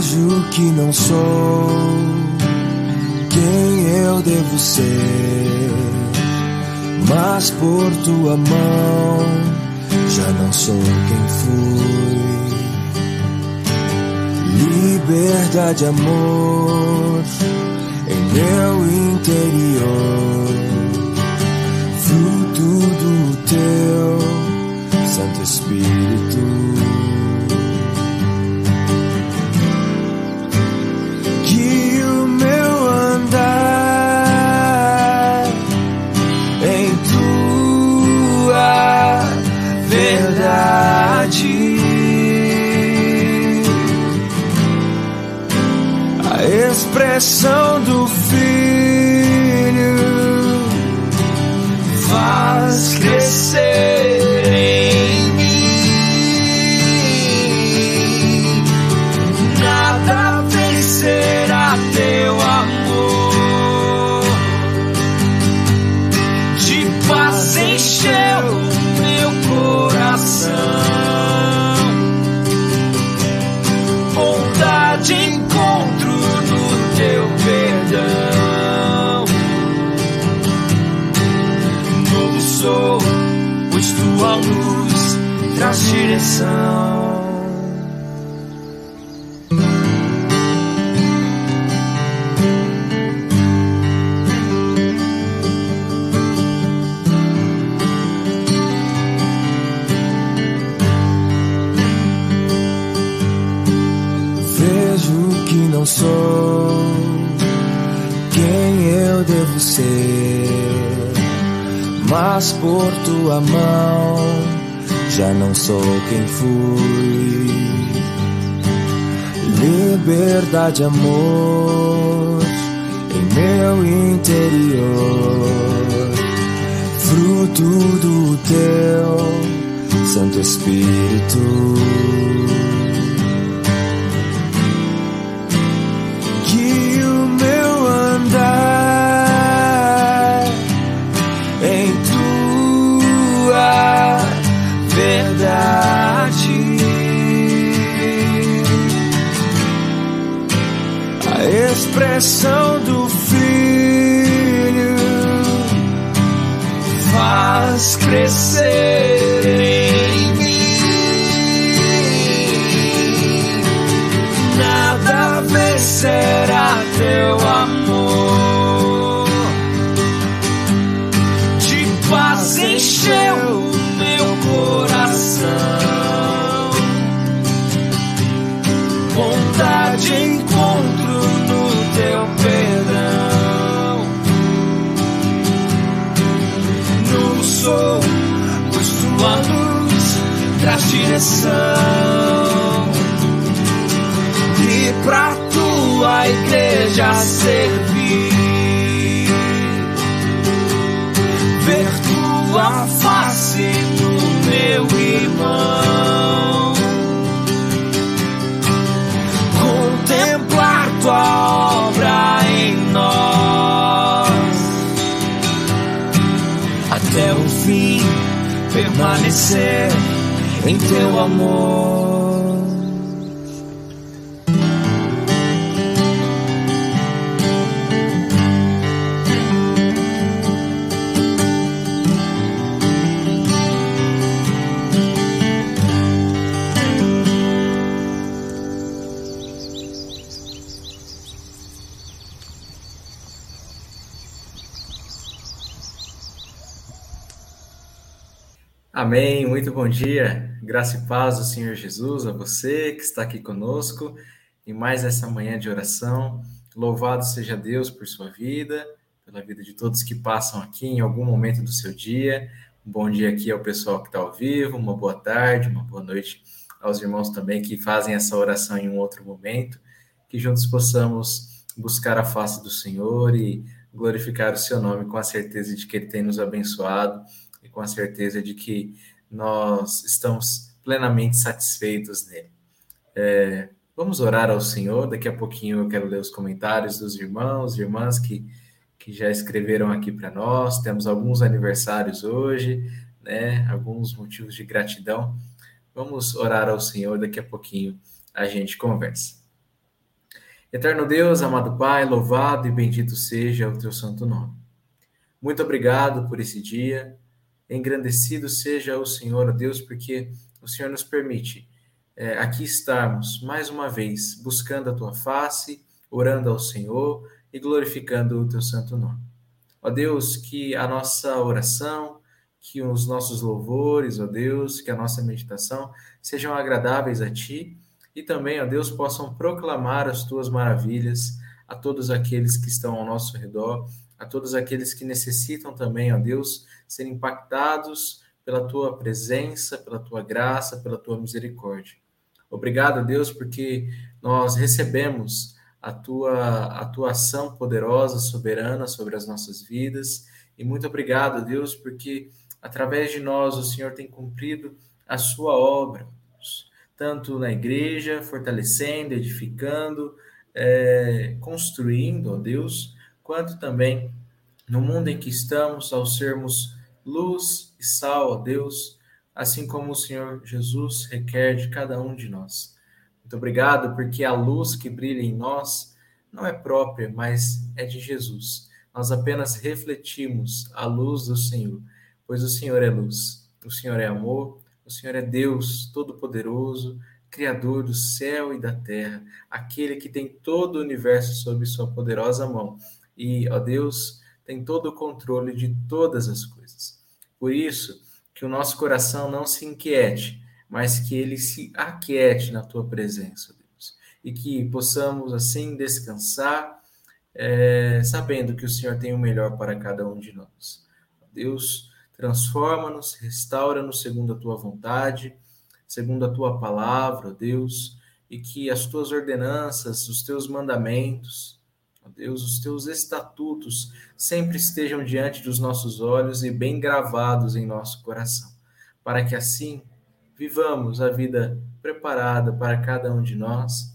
Vejo que não sou quem eu devo ser, mas por tua mão já não sou quem fui. Liberdade, amor em meu interior, fruto do teu Santo Espírito. Que o meu andar em tua verdade, a expressão do Filho faz crescer em mim. Nada vencerá teu amor, de paz encheu meu coração, bondade encontro no teu perdão. Novo sou, pois tua luz traz direção. Vejo que não sou quem eu devo ser, mas por tua mão já não sou quem fui. Liberdade, amor em meu interior, fruto do teu Santo Espírito. Que o meu andar em tua verdade, a expressão do Filho faz crescer em mim. Nada vencerá teu amor, de paz encheu meu coração, bondade encontro no teu perdão. Novo sou, pois tua luz traz direção, e pra tua igreja servir, ver tua face no meu irmão, contemplar tua obra em nós, até o fim permanecer em teu amor. Amém, muito bom dia, graça e paz do Senhor Jesus a você que está aqui conosco em mais essa manhã de oração. Louvado seja Deus por sua vida, pela vida de todos que passam aqui em algum momento do seu dia. Um bom dia aqui ao pessoal que está ao vivo, uma boa tarde, uma boa noite aos irmãos também que fazem essa oração em um outro momento, que juntos possamos buscar a face do Senhor e glorificar o seu nome com a certeza de que Ele tem nos abençoado e com a certeza de que nós estamos plenamente satisfeitos nele. Vamos orar ao Senhor. Daqui a pouquinho eu quero ler os comentários dos irmãos e irmãs que já escreveram aqui para nós. Temos alguns aniversários hoje, né? Alguns motivos de gratidão. Vamos orar ao Senhor, daqui a pouquinho a gente conversa. Eterno Deus, amado Pai, louvado e bendito seja o teu santo nome. Muito obrigado por esse dia. Engrandecido seja o Senhor, ó Deus, porque o Senhor nos permite aqui estarmos mais uma vez buscando a tua face, orando ao Senhor e glorificando o teu santo nome. Ó Deus, que a nossa oração, que os nossos louvores, ó Deus, que a nossa meditação sejam agradáveis a ti e também, ó Deus, possam proclamar as tuas maravilhas a todos aqueles que estão ao nosso redor, a todos aqueles que necessitam também, ó Deus, ser impactados pela tua presença, pela tua graça, pela tua misericórdia. Obrigado, Deus, porque nós recebemos a tua ação poderosa, soberana sobre as nossas vidas. E muito obrigado, Deus, porque através de nós o Senhor tem cumprido a sua obra, tanto na igreja, fortalecendo, edificando, construindo, ó Deus, quanto também no mundo em que estamos, ao sermos luz e sal, ó Deus, assim como o Senhor Jesus requer de cada um de nós. Muito obrigado, porque a luz que brilha em nós não é própria, mas é de Jesus. Nós apenas refletimos a luz do Senhor, pois o Senhor é luz, o Senhor é amor, o Senhor é Deus Todo-Poderoso, Criador do céu e da terra, aquele que tem todo o universo sob sua poderosa mão. E, ó Deus, tem todo o controle de todas as coisas. Por isso, que o nosso coração não se inquiete, mas que ele se aquiete na tua presença, Deus. E que possamos, assim, descansar, sabendo que o Senhor tem o melhor para cada um de nós. Deus, transforma-nos, restaura-nos segundo a tua vontade, segundo a tua palavra, Deus, e que as tuas ordenanças, os teus mandamentos, ó Deus, os teus estatutos sempre estejam diante dos nossos olhos e bem gravados em nosso coração, para que assim vivamos a vida preparada para cada um de nós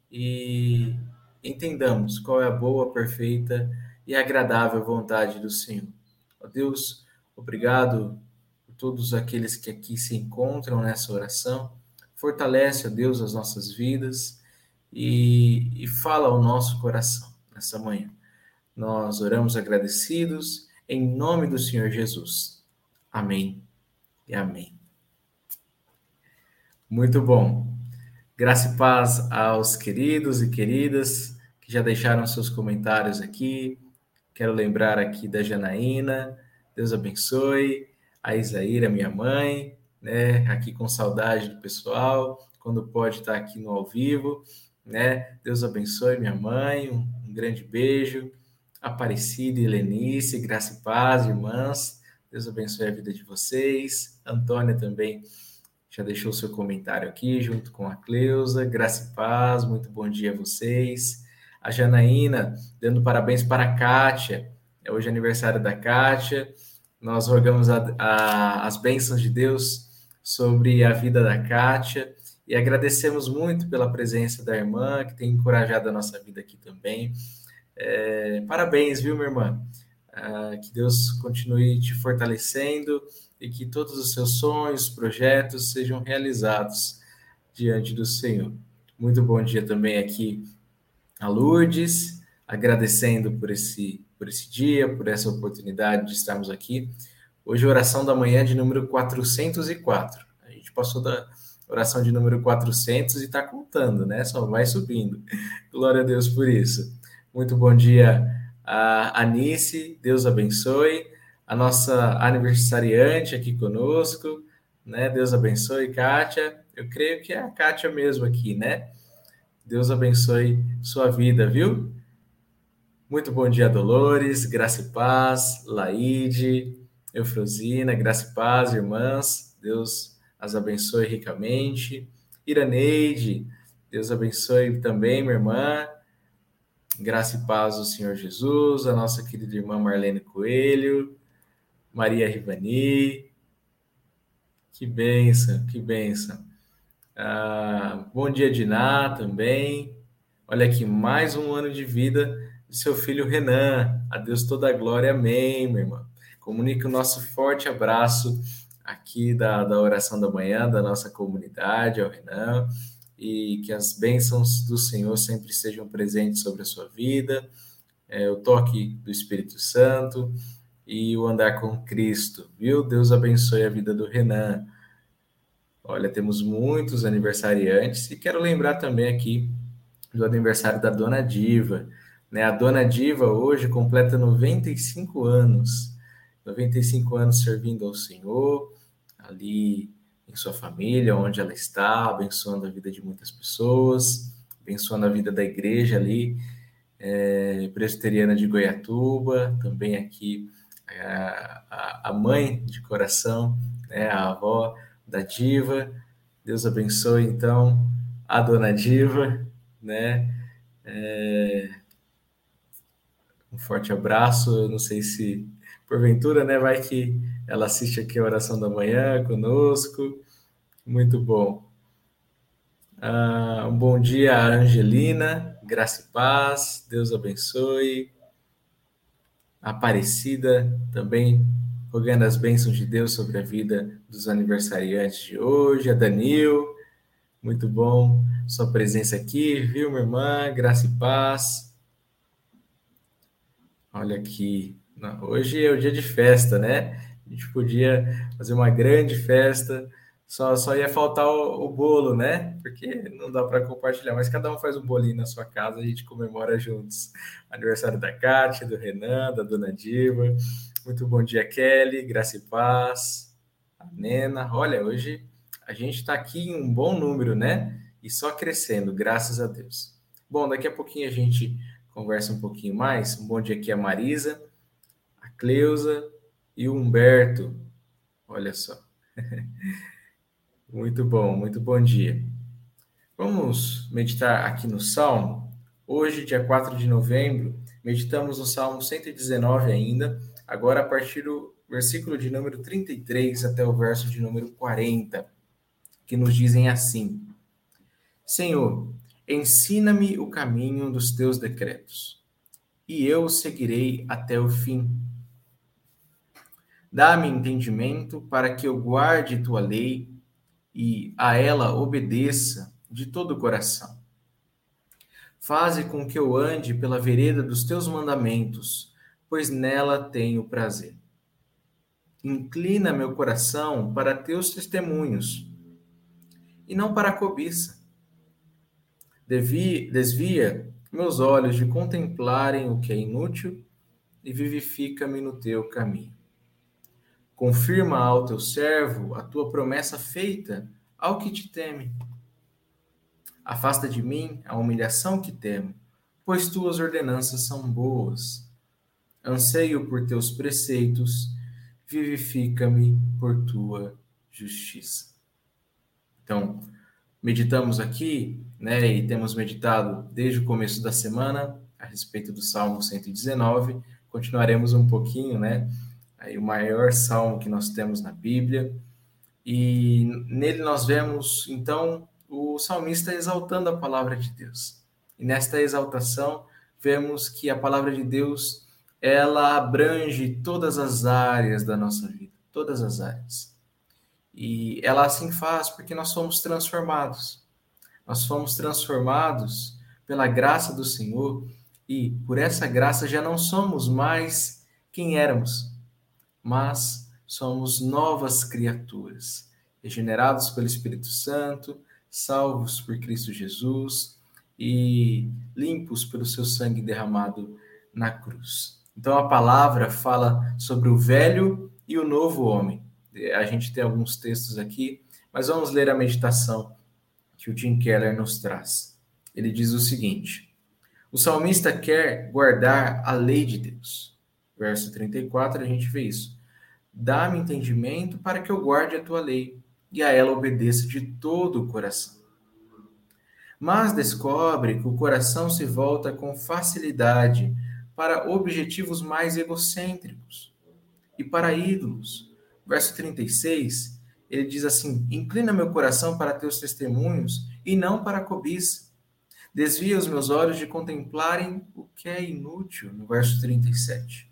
e entendamos qual é a boa, perfeita e agradável vontade do Senhor. Ó Deus, obrigado por todos aqueles que aqui se encontram nessa oração. Fortalece, ó Deus, as nossas vidas e fala ao nosso coração nessa manhã. Nós oramos agradecidos em nome do Senhor Jesus. Amém e amém. Muito bom. Graça e paz aos queridos e queridas que já deixaram seus comentários aqui. Quero lembrar aqui da Janaína, Deus abençoe. A Isaíra, minha mãe, né? Aqui com saudade do pessoal, quando pode estar aqui no ao vivo, né? Deus abençoe minha mãe, um grande beijo. Aparecida e Helenice, graça e paz, irmãs. Deus abençoe a vida de vocês. Antônia também já deixou seu comentário aqui, junto com a Cleusa. Graça e paz, muito bom dia a vocês. A Janaína, dando parabéns para a Kátia. É hoje aniversário da Kátia. Nós rogamos as bênçãos de Deus sobre a vida da Kátia e agradecemos muito pela presença da irmã, que tem encorajado a nossa vida aqui também. Parabéns, viu, minha irmã? Que Deus continue te fortalecendo e que todos os seus sonhos, projetos sejam realizados diante do Senhor. Muito bom dia também aqui a Lourdes, agradecendo por esse dia, por essa oportunidade de estarmos aqui. Hoje, oração da manhã de número 404. A gente passou da oração de número 400 e está contando, né? Só vai subindo. Glória a Deus por isso. Muito bom dia a Anice, Deus abençoe. A nossa aniversariante aqui conosco, né? Deus abençoe, Kátia. Eu creio que é a Kátia mesmo aqui, né? Deus abençoe sua vida, viu? Muito bom dia, Dolores, graça e paz, Laide, Eufrosina, graça e paz, irmãs. Deus as abençoe ricamente. Iraneide, Deus abençoe também, minha irmã. Graça e paz do Senhor Jesus, a nossa querida irmã Marlene Coelho, Maria Rivani. Que bênção, que bênção. Bom dia, Diná, também. Olha aqui, mais um ano de vida de seu filho Renan. A Deus toda a glória, amém, minha irmã. Comunique o nosso forte abraço aqui da oração da manhã, da nossa comunidade, ao Renan. e que as bênçãos do Senhor sempre estejam presentes sobre a sua vida, o toque do Espírito Santo e o andar com Cristo, viu? Deus abençoe a vida do Renan. Olha, temos muitos aniversariantes e quero lembrar também aqui do aniversário da Dona Diva, né? A Dona Diva hoje completa 95 anos, 95 anos servindo ao Senhor, ali em sua família, onde ela está, abençoando a vida de muitas pessoas, abençoando a vida da igreja ali, presbiteriana de Goiatuba, também aqui a mãe de coração, né? A avó da Diva. Deus abençoe, então, a Dona Diva, né? Um forte abraço. Eu não sei se, porventura, né, vai que ela assiste aqui a oração da manhã conosco. Muito bom. Um bom dia a Angelina, graça e paz, Deus abençoe. A Aparecida também, rogando as bênçãos de Deus sobre a vida dos aniversariantes de hoje. A Danil, muito bom sua presença aqui, viu, minha irmã? Graça e paz. Olha aqui, hoje é o dia de festa, né? A gente podia fazer uma grande festa, só ia faltar o bolo, né? Porque não dá para compartilhar, mas cada um faz um bolinho na sua casa e a gente comemora juntos. Aniversário da Kátia, do Renan, da Dona Diva. Muito bom dia, Kelly, graça e paz. A Nena. Olha, hoje a gente está aqui em um bom número, né? E só crescendo, graças a Deus. Bom, daqui a pouquinho a gente conversa um pouquinho mais. Um bom dia aqui a Marisa, a Cleusa e o Humberto. Olha só. Muito bom dia. Vamos meditar aqui no Salmo. Hoje, dia 4 de novembro, meditamos no Salmo 119 ainda, agora a partir do versículo de número 33 até o verso de número 40, que nos dizem assim: Senhor, ensina-me o caminho dos teus decretos, e eu o seguirei até o fim. Dá-me entendimento para que eu guarde tua lei e a ela obedeça de todo o coração. Faze com que eu ande pela vereda dos teus mandamentos, pois nela tenho prazer. Inclina meu coração para teus testemunhos, e não para a cobiça. Desvia meus olhos de contemplarem o que é inútil e vivifica-me no teu caminho. Confirma ao teu servo a tua promessa feita ao que te teme. Afasta de mim a humilhação que temo, pois tuas ordenanças são boas. Anseio por teus preceitos, vivifica-me por tua justiça. Então, meditamos aqui, né, e temos meditado desde o começo da semana a respeito do Salmo 119. Continuaremos um pouquinho, né, aí o maior salmo que nós temos na Bíblia. E nele nós vemos, então, o salmista exaltando a palavra de Deus. E nesta exaltação, vemos que a palavra de Deus, ela abrange todas as áreas da nossa vida, todas as áreas. E ela assim faz porque nós somos transformados. Nós fomos transformados pela graça do Senhor e por essa graça já não somos mais quem éramos, mas somos novas criaturas, regenerados pelo Espírito Santo, salvos por Cristo Jesus e limpos pelo seu sangue derramado na cruz. Então a palavra fala sobre o velho e o novo homem. A gente tem alguns textos aqui, mas vamos ler a meditação que o Tim Keller nos traz. Ele diz o seguinte: o salmista quer guardar a lei de Deus. Verso 34, a gente vê isso. Dá-me entendimento para que eu guarde a tua lei e a ela obedeça de todo o coração. Mas descobre que o coração se volta com facilidade para objetivos mais egocêntricos e para ídolos. Verso 36, ele diz assim: inclina meu coração para teus testemunhos e não para a cobiça. Desvia os meus olhos de contemplarem o que é inútil. No verso 37.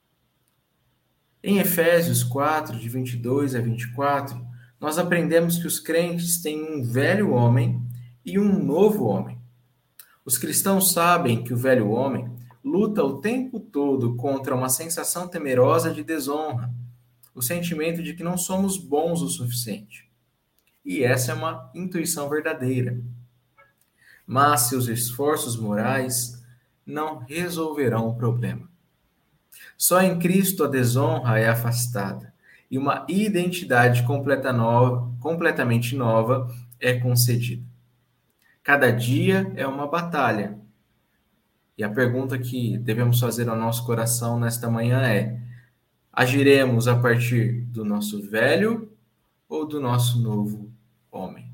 Em Efésios 4, de 22 a 24, nós aprendemos que os crentes têm um velho homem e um novo homem. Os cristãos sabem que o velho homem luta o tempo todo contra uma sensação temerosa de desonra, o sentimento de que não somos bons o suficiente. E essa é uma intuição verdadeira. Mas seus esforços morais não resolverão o problema. Só em Cristo a desonra é afastada e uma identidade completamente nova é concedida. Cada dia é uma batalha. E a pergunta que devemos fazer ao nosso coração nesta manhã é: agiremos a partir do nosso velho ou do nosso novo homem?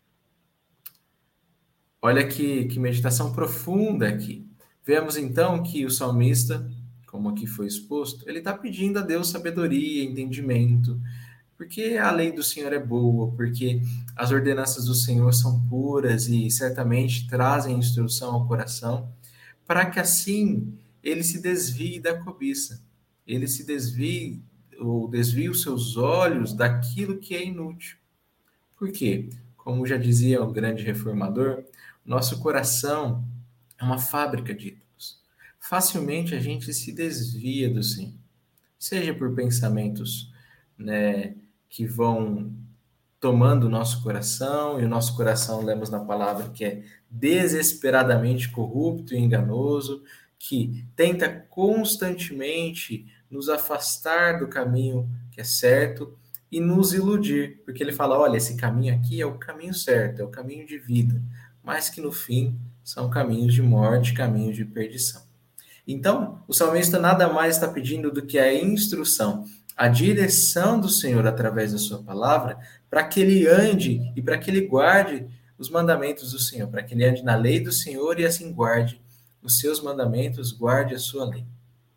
Olha que meditação profunda aqui. Vemos então que o salmista, como aqui foi exposto, ele está pedindo a Deus sabedoria, entendimento, porque a lei do Senhor é boa, porque as ordenanças do Senhor são puras e certamente trazem instrução ao coração, para que assim ele se desvie da cobiça, ele se desvie ou desvie os seus olhos daquilo que é inútil. Por quê? Como já dizia o grande reformador, nosso coração é uma fábrica de ídolos. Facilmente a gente se desvia do Senhor, seja por pensamentos, né, que vão tomando o nosso coração, e o nosso coração, lemos na palavra, que é desesperadamente corrupto e enganoso, que tenta constantemente nos afastar do caminho que é certo e nos iludir, porque ele fala, olha, esse caminho aqui é o caminho certo, é o caminho de vida, mas que no fim são caminhos de morte, caminhos de perdição. Então, o salmista nada mais está pedindo do que a instrução, a direção do Senhor através da sua palavra, para que ele ande e para que ele guarde os mandamentos do Senhor, para que ele ande na lei do Senhor e assim guarde os seus mandamentos, guarde a sua lei.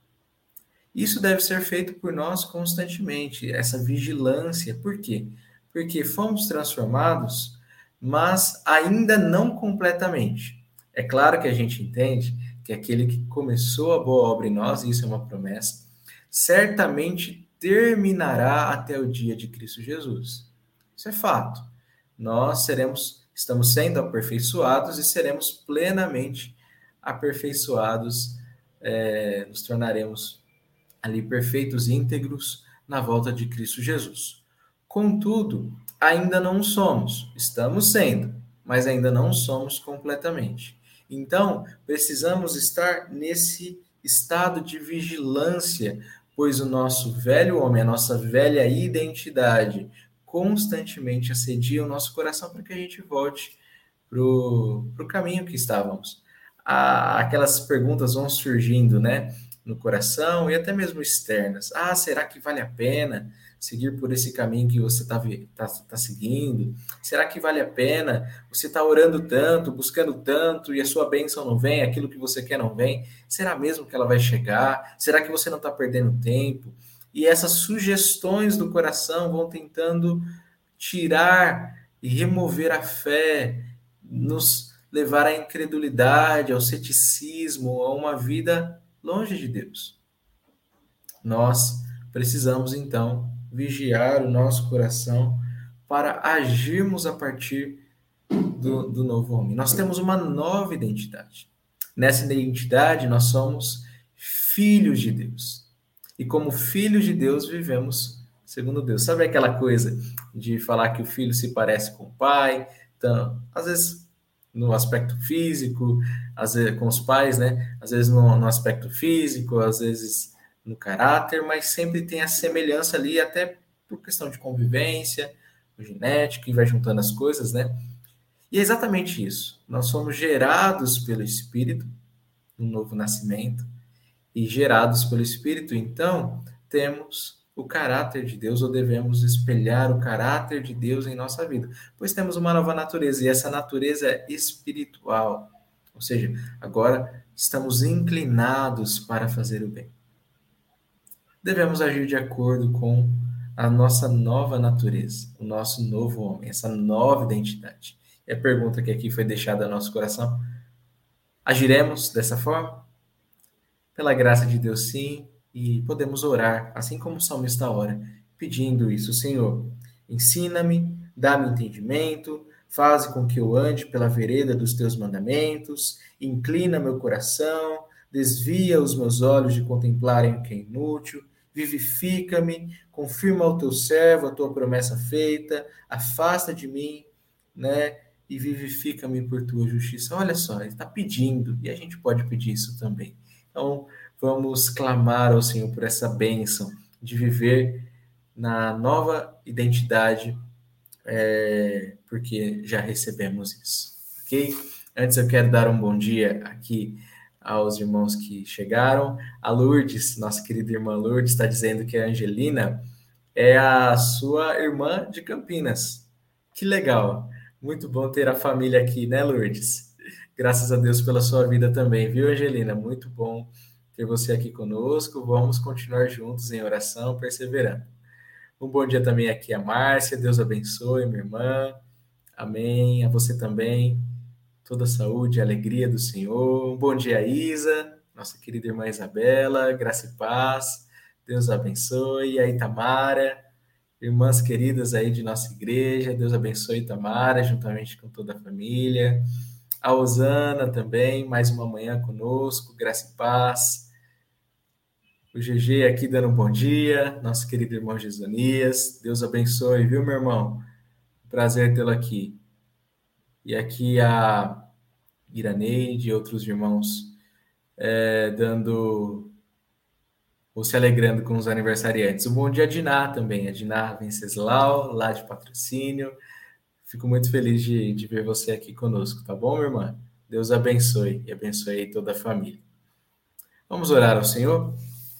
Isso deve ser feito por nós constantemente, essa vigilância. Por quê? Porque fomos transformados, mas ainda não completamente. É claro que a gente entende que aquele que começou a boa obra em nós, e isso é uma promessa, certamente terminará até o dia de Cristo Jesus. Isso é fato. Nós estamos sendo aperfeiçoados e seremos plenamente aperfeiçoados, nos tornaremos ali perfeitos e íntegros na volta de Cristo Jesus. Contudo, ainda não somos, estamos sendo, mas ainda não somos completamente. Então, precisamos estar nesse estado de vigilância, pois o nosso velho homem, a nossa velha identidade, constantemente assedia o nosso coração para que a gente volte para o caminho que estávamos. Aquelas perguntas vão surgindo, né, no coração e até mesmo externas. Será que vale a pena seguir por esse caminho que você tá seguindo? Será que vale a pena? Você está orando tanto, buscando tanto, e a sua bênção não vem, aquilo que você quer não vem? Será mesmo que ela vai chegar? Será que você não está perdendo tempo? E essas sugestões do coração vão tentando tirar e remover a fé, nos levar à incredulidade, ao ceticismo, a uma vida longe de Deus. Nós precisamos, então, vigiar o nosso coração para agirmos a partir do novo homem. Nós temos uma nova identidade. Nessa identidade, nós somos filhos de Deus. E como filhos de Deus, vivemos segundo Deus. Sabe aquela coisa de falar que o filho se parece com o pai? Então, às vezes no aspecto físico, às vezes com os pais, né? Às vezes no aspecto físico, às vezes no caráter, mas sempre tem a semelhança ali, até por questão de convivência, genética, e vai juntando as coisas, né? E é exatamente isso. Nós somos gerados pelo Espírito, no novo nascimento, e gerados pelo Espírito, então, temos o caráter de Deus, ou devemos espelhar o caráter de Deus em nossa vida, pois temos uma nova natureza, e essa natureza é espiritual, ou seja, agora estamos inclinados para fazer o bem. Devemos agir de acordo com a nossa nova natureza, o nosso novo homem, essa nova identidade. E a pergunta que aqui foi deixada ao nosso coração: agiremos dessa forma? Pela graça de Deus, sim, e podemos orar, assim como o salmista ora, pedindo isso: Senhor, ensina-me, dá-me entendimento, Faze com que eu ande pela vereda dos teus mandamentos, inclina meu coração, desvia os meus olhos de contemplarem o que é inútil, vivifica-me, confirma ao teu servo a tua promessa feita, afasta de mim, né? E vivifica-me por tua justiça. Olha só, ele está pedindo, e a gente pode pedir isso também. Então, vamos clamar ao Senhor por essa bênção de viver na nova identidade, porque já recebemos isso, ok? Antes eu quero dar um bom dia aqui aos irmãos que chegaram. A Lourdes, nossa querida irmã Lourdes, está dizendo que a Angelina é a sua irmã de Campinas. Que legal! Muito bom ter a família aqui, né, Lourdes? Graças a Deus pela sua vida também, viu, Angelina? Muito bom ter você aqui conosco. Vamos continuar juntos em oração, perseverando. Um bom dia também aqui a Márcia. Deus abençoe, minha irmã. Amém. A você também. Toda a saúde e alegria do Senhor. Um bom dia, Isa, nossa querida irmã Isabela. Graça e paz. Deus abençoe. E a Itamara, irmãs queridas aí de nossa igreja. Deus abençoe Itamara, juntamente com toda a família. A Osana também, mais uma manhã conosco. Graça e paz. O GG aqui dando um bom dia, nosso querido irmão Gesonias. Deus abençoe, viu, meu irmão? Prazer tê-lo aqui. E aqui a Iraneide e outros irmãos dando ou se alegrando com os aniversariantes. Um bom dia a Diná também, a Diná Venceslau, lá de Patrocínio. Fico muito feliz de ver você aqui conosco, tá bom, minha irmã? Deus abençoe e abençoe toda a família. Vamos orar ao Senhor?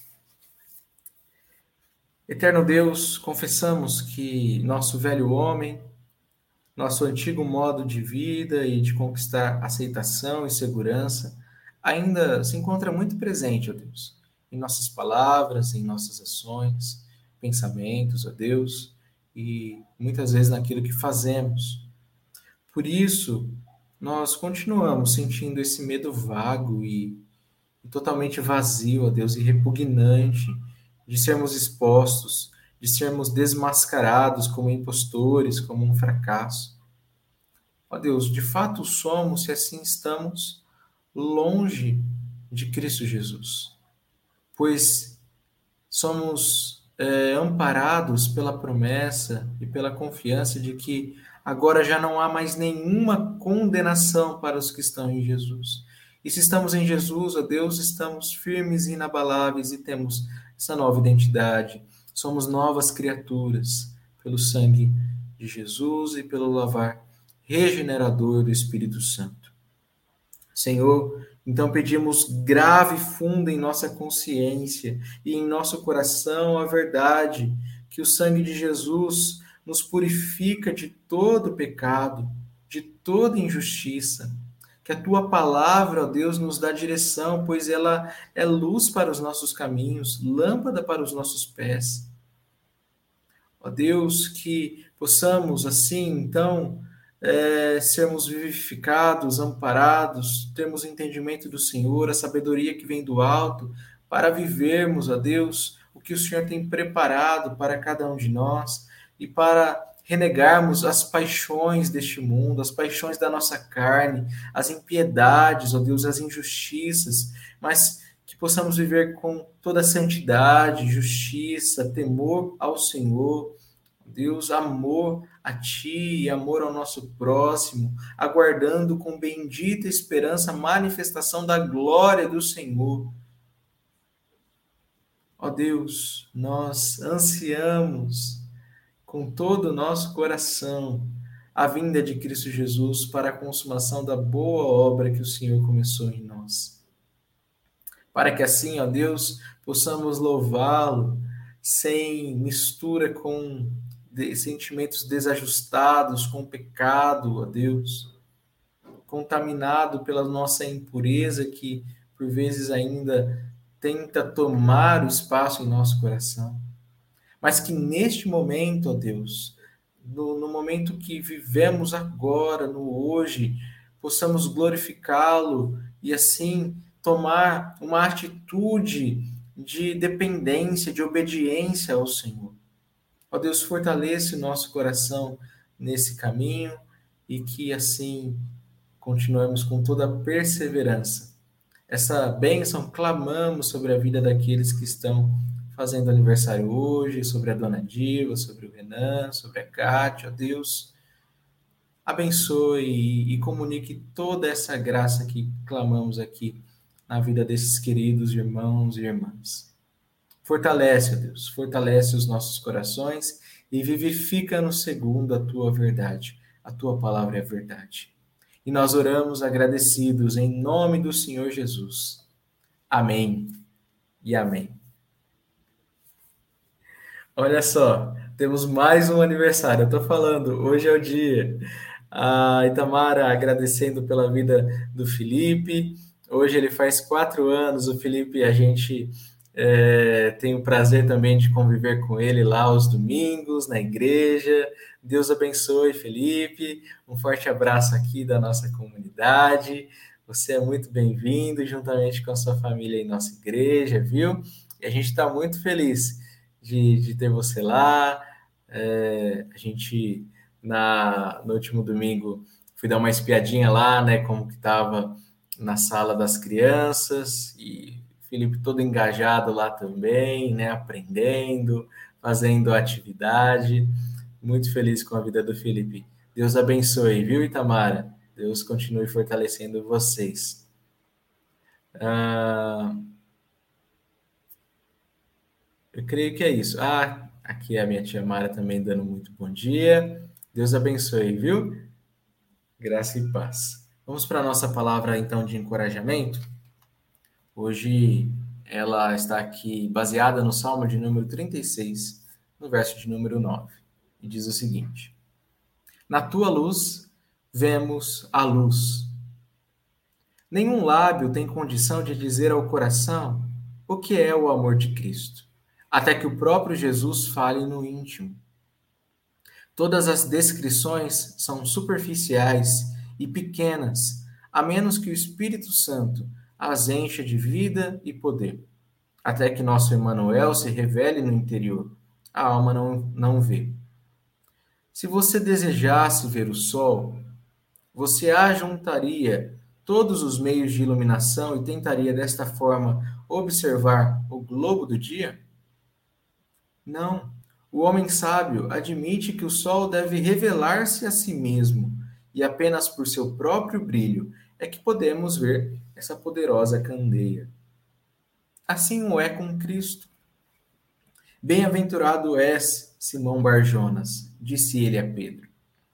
Eterno Deus, confessamos que nosso velho homem, nosso antigo modo de vida e de conquistar aceitação e segurança ainda se encontra muito presente, ó Deus, em nossas palavras, em nossas ações, pensamentos, ó Deus, e muitas vezes naquilo que fazemos. Por isso, nós continuamos sentindo esse medo vago e totalmente vazio, ó Deus, e repugnante de sermos expostos, de sermos desmascarados como impostores, como um fracasso. Ó Deus, de fato somos se assim estamos longe de Cristo Jesus, pois somos amparados pela promessa e pela confiança de que agora já não há mais nenhuma condenação para os que estão em Jesus. E se estamos em Jesus, ó Deus, estamos firmes e inabaláveis e temos essa nova identidade. Somos novas criaturas pelo sangue de Jesus e pelo lavar regenerador do Espírito Santo. Senhor, então pedimos grave fundo em nossa consciência e em nosso coração a verdade que o sangue de Jesus nos purifica de todo pecado, de toda injustiça. Que a tua palavra, ó Deus, nos dá direção, pois ela é luz para os nossos caminhos, lâmpada para os nossos pés. Ó Deus, que possamos assim, então, sermos vivificados, amparados, termos o entendimento do Senhor, a sabedoria que vem do alto, para vivermos, ó Deus, o que o Senhor tem preparado para cada um de nós e para renegarmos as paixões deste mundo, as paixões da nossa carne, as impiedades, ó Deus, as injustiças, mas que possamos viver com toda santidade, justiça, temor ao Senhor, Deus, amor a Ti e amor ao nosso próximo, aguardando com bendita esperança a manifestação da glória do Senhor. Ó Deus, nós ansiamos com todo o nosso coração a vinda de Cristo Jesus para a consumação da boa obra que o Senhor começou em nós. Para que assim, ó Deus, possamos louvá-lo sem mistura com sentimentos desajustados, com pecado, ó Deus, contaminado pela nossa impureza que por vezes ainda tenta tomar o espaço em nosso coração. Mas que neste momento, ó Deus, no momento que vivemos agora, no hoje, possamos glorificá-lo e assim tomar uma atitude de dependência, de obediência ao Senhor. Ó Deus, fortaleça o nosso coração nesse caminho e que assim continuemos com toda a perseverança. Essa bênção clamamos sobre a vida daqueles que estão fazendo aniversário hoje, sobre a Dona Diva, sobre o Renan, sobre a Kátia. Ó Deus, abençoe e comunique toda essa graça que clamamos aqui na vida desses queridos irmãos e irmãs. Fortalece, ó Deus, fortalece os nossos corações e vivifica-nos segundo a tua verdade. A tua palavra é verdade. E nós oramos agradecidos em nome do Senhor Jesus. Amém e amém. Olha só, temos mais um aniversário. Eu estou falando, hoje é o dia. A Itamara agradecendo pela vida do Felipe. Hoje ele faz 4 anos. O Felipe, a gente tem o prazer também de conviver com ele lá aos domingos, na igreja. Deus abençoe, Felipe. Um forte abraço aqui da nossa comunidade. Você é muito bem-vindo, juntamente com a sua família em nossa igreja, viu? E a gente está muito feliz de ter você lá. A gente, no último domingo, fui dar uma espiadinha lá, né, como que estava na sala das crianças, e o Felipe todo engajado lá também, né, aprendendo, fazendo atividade. Muito feliz com a vida do Felipe. Deus abençoe, viu, Itamara? Deus continue fortalecendo vocês. Eu creio que é isso. Aqui é a minha tia Mara também dando muito bom dia. Deus abençoe, viu? Graça e paz. Vamos para a nossa palavra, então, de encorajamento. Hoje ela está aqui baseada no Salmo de número 36, no verso de número 9. E diz o seguinte: Na tua luz vemos a luz. Nenhum lábio tem condição de dizer ao coração o que é o amor de Cristo, até que o próprio Jesus fale no íntimo. Todas as descrições são superficiais e pequenas, a menos que o Espírito Santo as encha de vida e poder, até que nosso Emmanuel se revele no interior. A alma não vê. Se você desejasse ver o sol, você ajuntaria todos os meios de iluminação e tentaria desta forma observar o globo do dia? Não. O homem sábio admite que o sol deve revelar-se a si mesmo, e apenas por seu próprio brilho é que podemos ver essa poderosa candeia. Assim o é com Cristo. Bem-aventurado és, Simão Barjonas, disse ele a Pedro,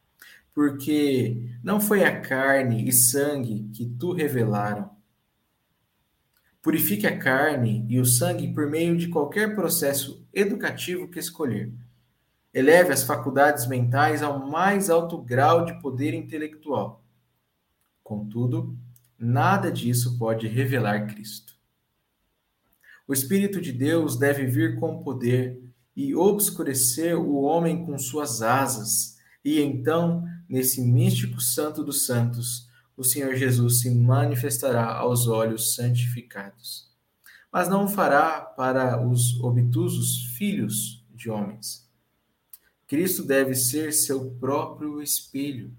porque não foi a carne e sangue que tu revelaram. Purifique a carne e o sangue por meio de qualquer processo educativo que escolher. Eleve as faculdades mentais ao mais alto grau de poder intelectual. Contudo, nada disso pode revelar Cristo. O Espírito de Deus deve vir com poder e obscurecer o homem com suas asas, e então, nesse místico santo dos santos, o Senhor Jesus se manifestará aos olhos santificados. Mas não o fará para os obtusos filhos de homens. Cristo deve ser seu próprio espelho.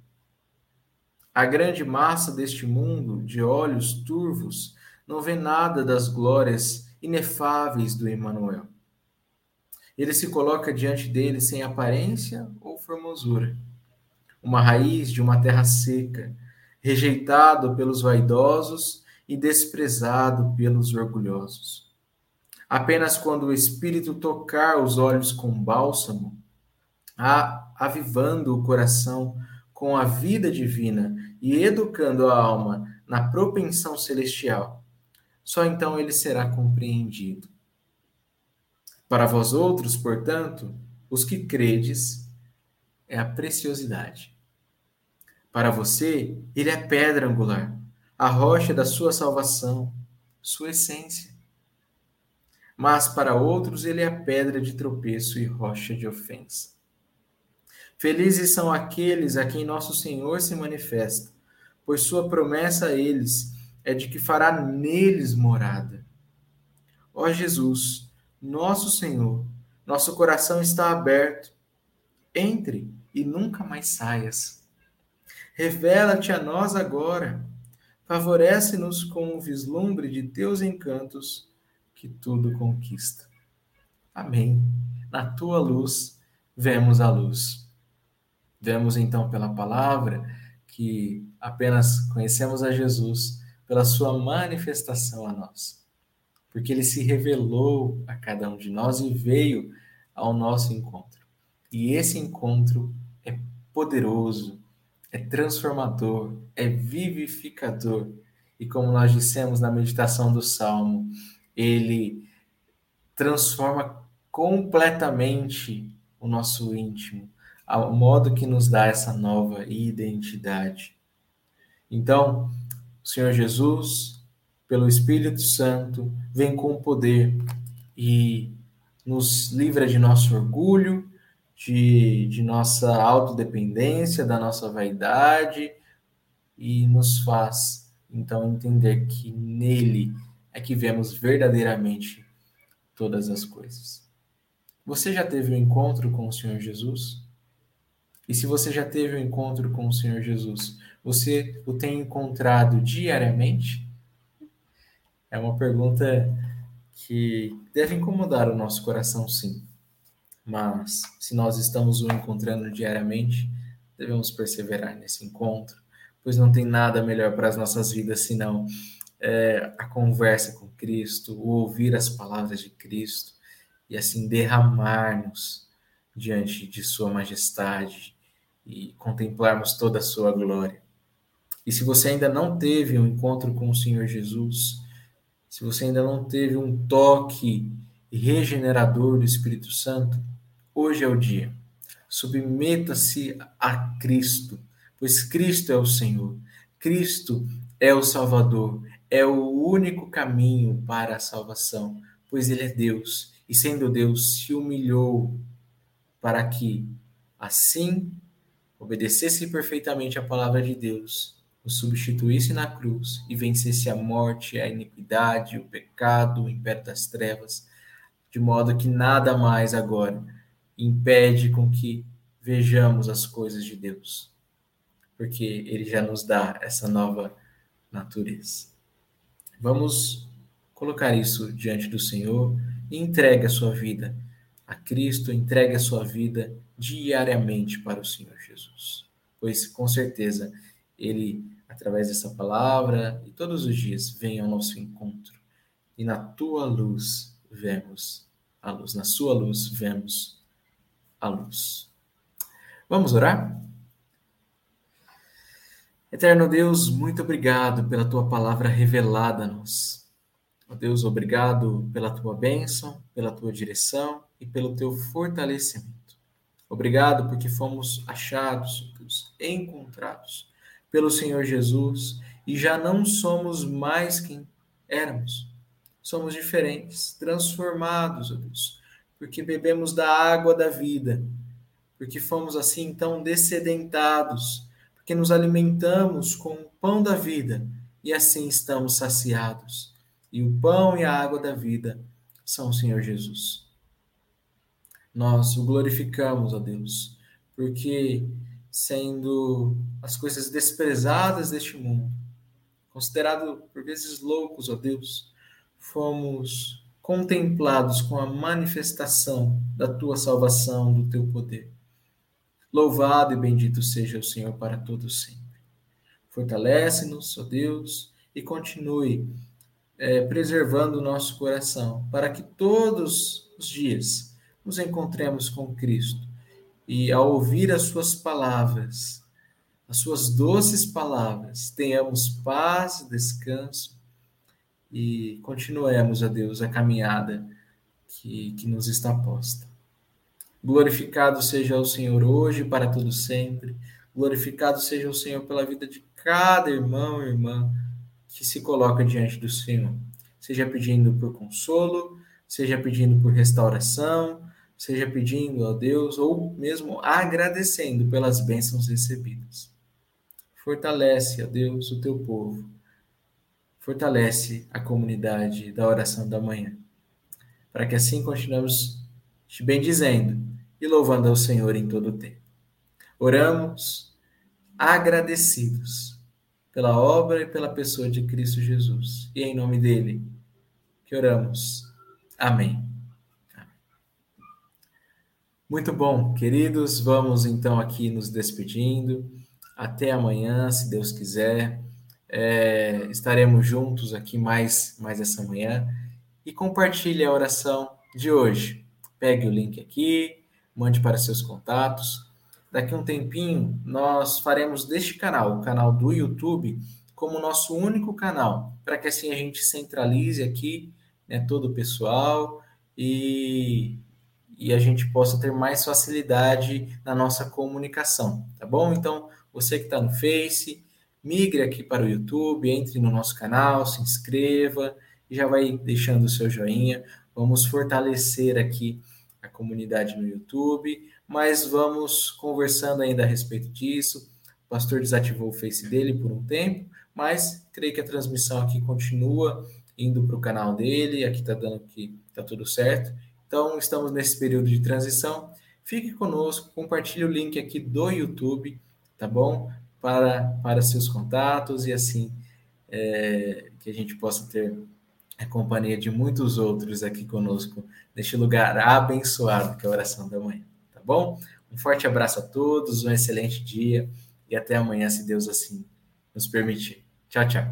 A grande massa deste mundo, de olhos turvos, não vê nada das glórias inefáveis do Emmanuel. Ele se coloca diante dele sem aparência ou formosura. Uma raiz de uma terra seca, rejeitado pelos vaidosos e desprezado pelos orgulhosos. Apenas quando o Espírito tocar os olhos com bálsamo, avivando o coração com a vida divina e educando a alma na propensão celestial, só então ele será compreendido. Para vós outros, portanto, os que credes, é a preciosidade. Para você, ele é a pedra angular, a rocha da sua salvação, sua essência. Mas para outros, ele é a pedra de tropeço e rocha de ofensa. Felizes são aqueles a quem nosso Senhor se manifesta, pois sua promessa a eles é de que fará neles morada. Ó Jesus, nosso Senhor, nosso coração está aberto. Entre e nunca mais saias. Revela-te a nós agora. Favorece-nos com o vislumbre de teus encantos que tudo conquista. Amém. Na tua luz, vemos a luz. Vemos então pela palavra que apenas conhecemos a Jesus pela sua manifestação a nós. Porque ele se revelou a cada um de nós e veio ao nosso encontro. E esse encontro é poderoso, é transformador, é vivificador. E como nós dissemos na meditação do Salmo, ele transforma completamente o nosso íntimo, ao modo que nos dá essa nova identidade. Então, o Senhor Jesus, pelo Espírito Santo, vem com poder e nos livra de nosso orgulho, de nossa autodependência, da nossa vaidade, e nos faz, então, entender que nele é que vemos verdadeiramente todas as coisas. Você já teve um encontro com o Senhor Jesus? E se você já teve um encontro com o Senhor Jesus, você o tem encontrado diariamente? É uma pergunta que deve incomodar o nosso coração, sim. Mas se nós estamos o encontrando diariamente, devemos perseverar nesse encontro, pois não tem nada melhor para as nossas vidas senão a conversa com Cristo, o ouvir as palavras de Cristo e assim derramar-nos diante de Sua majestade e contemplarmos toda a Sua glória. E se você ainda não teve um encontro com o Senhor Jesus, se você ainda não teve um toque regenerador do Espírito Santo, hoje é o dia. Submeta-se a Cristo, pois Cristo é o Senhor. Cristo é o Salvador, é o único caminho para a salvação, pois Ele é Deus. E sendo Deus, se humilhou para que, assim, obedecesse perfeitamente a palavra de Deus, o substituísse na cruz e vencesse a morte, a iniquidade, o pecado, o império das trevas, de modo que nada mais agora impede com que vejamos as coisas de Deus, porque Ele já nos dá essa nova natureza. Vamos colocar isso diante do Senhor e entregue a sua vida a Cristo, entregue a sua vida diariamente para o Senhor Jesus, pois com certeza Ele, através dessa palavra e todos os dias, vem ao nosso encontro e na tua luz vemos a luz, na sua luz vemos a luz. Vamos orar? Eterno Deus, muito obrigado pela tua palavra revelada a nós. Ó Deus, obrigado pela tua bênção, pela tua direção e pelo teu fortalecimento. Obrigado porque fomos achados, Deus, encontrados pelo Senhor Jesus e já não somos mais quem éramos. Somos diferentes, transformados, ó Deus, porque bebemos da água da vida, porque fomos assim então dessedentados, porque nos alimentamos com o pão da vida e assim estamos saciados. E o pão e a água da vida são o Senhor Jesus. Nós o glorificamos, ó Deus, porque sendo as coisas desprezadas deste mundo, considerado por vezes loucos, ó Deus, fomos contemplados com a manifestação da tua salvação, do teu poder. Louvado e bendito seja o Senhor para todos sempre. Fortalece-nos, ó Deus, e continue preservando o nosso coração, para que todos os dias nos encontremos com Cristo e, ao ouvir as suas palavras, as suas doces palavras, tenhamos paz, descanso e continuemos, ó Deus, a caminhada que nos está posta. Glorificado seja o Senhor hoje e para todo sempre. Glorificado seja o Senhor pela vida de cada irmão e irmã que se coloca diante do Senhor. Seja pedindo por consolo, seja pedindo por restauração, seja pedindo a Deus ou mesmo agradecendo pelas bênçãos recebidas. Fortalece, ó Deus, o teu povo. Fortalece a comunidade da oração da manhã. Para que assim continuemos te bendizendo e louvando ao Senhor em todo o tempo. Oramos agradecidos pela obra e pela pessoa de Cristo Jesus. E é em nome dele que oramos. Amém. Muito bom, queridos. Vamos então aqui nos despedindo. Até amanhã, se Deus quiser. Estaremos juntos aqui mais essa manhã. E compartilhe a oração de hoje. Pegue o link aqui, mande para seus contatos. Daqui a um tempinho, nós faremos deste canal, o canal do YouTube, como nosso único canal, para que assim a gente centralize aqui, né, todo o pessoal e a gente possa ter mais facilidade na nossa comunicação, tá bom? Então, você que está no Face, migre aqui para o YouTube, entre no nosso canal, se inscreva e já vai deixando o seu joinha. Vamos fortalecer aqui a comunidade no YouTube, mas vamos conversando ainda a respeito disso. O pastor desativou o Face dele por um tempo, mas creio que a transmissão aqui continua indo para o canal dele, aqui está dando que está tudo certo. Então, estamos nesse período de transição. Fique conosco, compartilhe o link aqui do YouTube, tá bom? Para seus contatos e assim que a gente possa ter a companhia de muitos outros aqui conosco neste lugar abençoado que é a oração da manhã, tá bom? Um forte abraço a todos, um excelente dia e até amanhã, se Deus assim nos permitir. Tchau, tchau.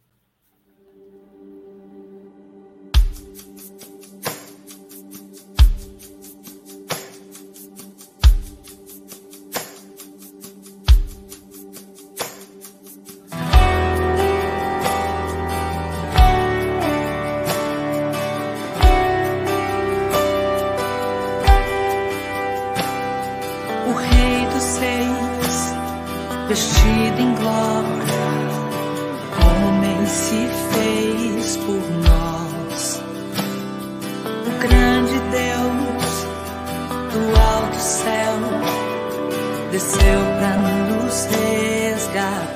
Vestido em glória, homem se fez por nós. O grande Deus do alto céu desceu para nos resgatar.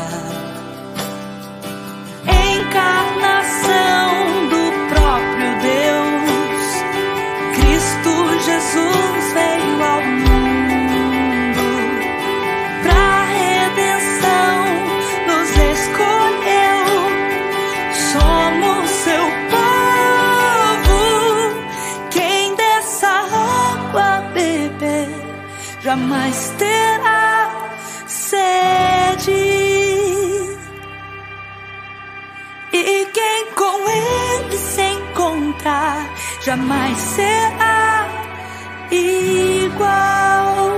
Encarnação do próprio Deus, Cristo Jesus veio ao mundo. Jamais terá sede, e quem com ele se encontrar jamais será igual.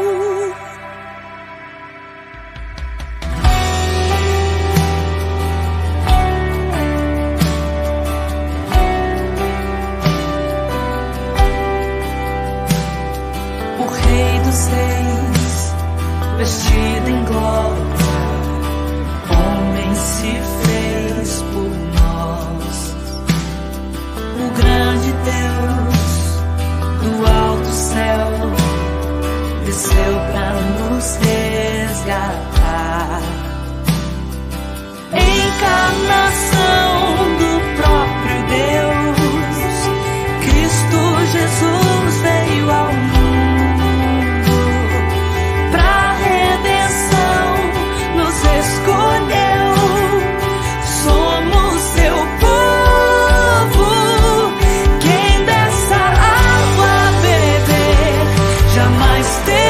Vestido em glória, homem se fez por nós. O grande Deus do alto céu desceu para nos resgatar. Encarnação do próprio Deus, Cristo Jesus veio ao mundo. Jamais ter